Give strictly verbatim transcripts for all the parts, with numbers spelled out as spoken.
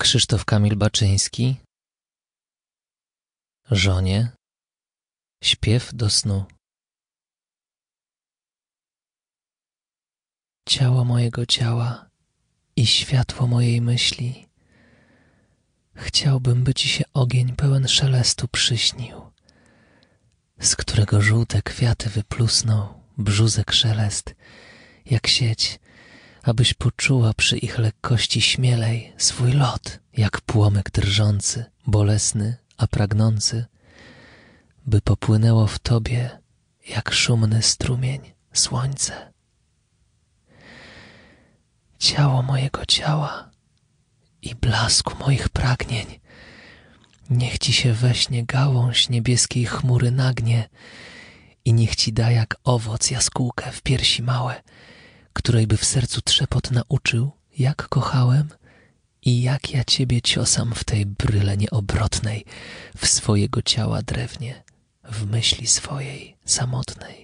Krzysztof Kamil Baczyński. Żonie śpiew do snu. Ciało mojego ciała i światło mojej myśli, chciałbym, by ci się ogień pełen szelestu przyśnił, z którego żółte kwiaty wyplusną brzuzek szelest, jak sieć, abyś poczuła przy ich lekkości śmielej swój lot, jak płomyk drżący, bolesny, a pragnący, by popłynęło w tobie, jak szumny strumień, słońce. Ciało mojego ciała i blasku moich pragnień, niech ci się we śnie gałąź niebieskiej chmury nagnie i niech ci da jak owoc jaskółkę w piersi małe, której by w sercu trzepot nauczył, jak kochałem i jak ja ciebie ciosam w tej bryle nieobrotnej, w swojego ciała drewnie, w myśli swojej samotnej.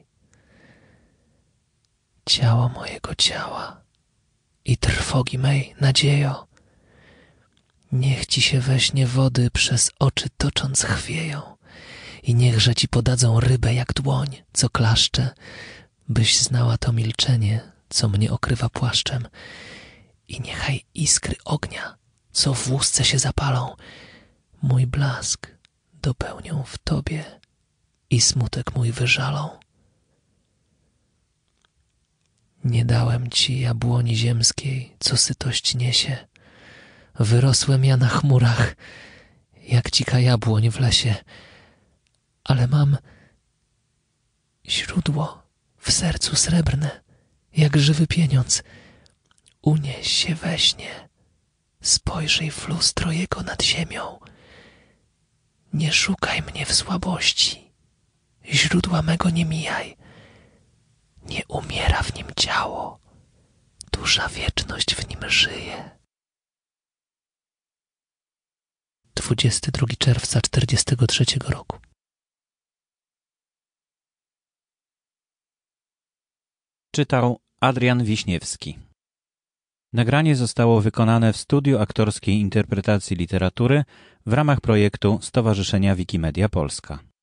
Ciało mojego ciała i trwogi mej nadziejo, niech ci się we śnie wody przez oczy tocząc chwieją i niechże ci podadzą rybę jak dłoń, co klaszcze, byś znała to milczenie, co mnie okrywa płaszczem, i niechaj iskry ognia, co w łusce się zapalą, mój blask dopełnią w tobie i smutek mój wyżalą. Nie dałem ci jabłoni ziemskiej, co sytość niesie. Wyrosłem ja na chmurach, jak dzika jabłoń w lesie, ale mam źródło w sercu srebrne, jak żywy pieniądz. Unieś się we śnie, spojrzyj w lustro jego nad ziemią. Nie szukaj mnie w słabości, źródła mego nie mijaj. Nie umiera w nim ciało, dusza wieczność w nim żyje. dwudziestego drugiego czerwca czterdziestego trzeciego roku. Czytał Adrian Wiśniewski. Nagranie zostało wykonane w Studiu Aktorskiej Interpretacji Literatury w ramach projektu Stowarzyszenia Wikimedia Polska.